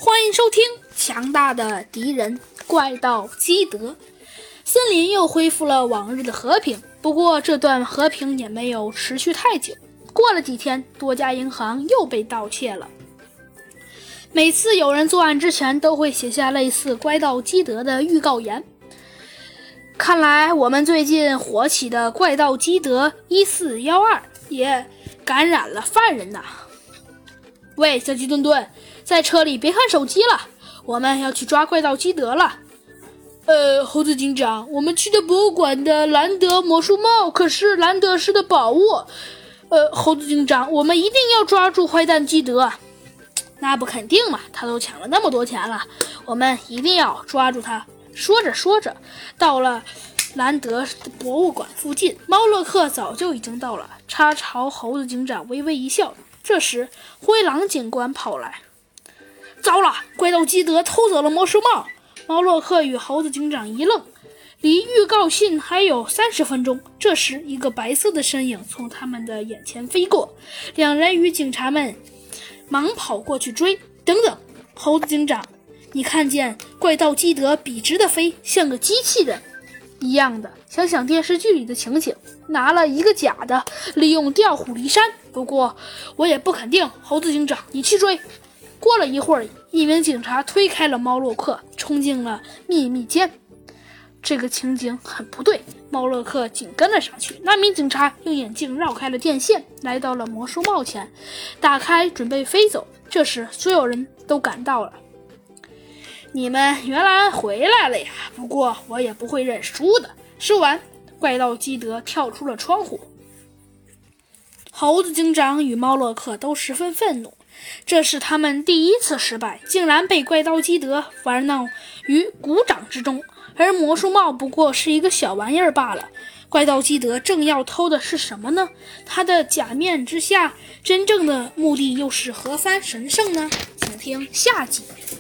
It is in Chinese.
欢迎收听强大的敌人怪盗基德。森林又恢复了往日的和平，不过这段和平也没有持续太久。过了几天，多家银行又被盗窃了。每次有人作案之前，都会写下类似怪盗基德的预告言。看来我们最近火起的怪盗基德1412也感染了犯人呐。喂，小鸡墩墩，在车里别看手机了，我们要去抓怪盗基德了。猴子警长，我们去的博物馆的兰德魔术帽可是兰德市的宝物。猴子警长，我们一定要抓住坏蛋基德。那不肯定嘛，他都抢了那么多钱了，我们一定要抓住他。说着，到了兰德博物馆附近，猫洛克早就已经到了，他朝猴子警长微微一笑。这时，灰狼警官跑来，糟了，怪盗基德偷走了魔术帽。猫洛克与猴子警长一愣，离预告信还有30分钟。这时，一个白色的身影从他们的眼前飞过，两人与警察们忙跑过去追。等等，猴子警长，你看见怪盗基德笔直的飞，像个机器人一样的，想电视剧里的情景，拿了一个假的，利用调虎离山。不过我也不肯定，猴子警长，你去追。过了一会儿，一名警察推开了猫洛克，冲进了秘密间。这个情景很不对，猫洛克紧跟了上去。那名警察用眼镜绕开了电线，来到了魔术帽前，打开准备飞走。这时所有人都赶到了。你们原来回来了呀，不过我也不会认输的。说完，怪盗基德跳出了窗户。猴子警长与猫洛克都十分愤怒，这是他们第一次失败，竟然被怪盗基德玩闹于股掌之中，而魔术帽不过是一个小玩意儿罢了。怪盗基德正要偷的是什么呢？他的假面之下，真正的目的又是何番神圣呢？请听下集。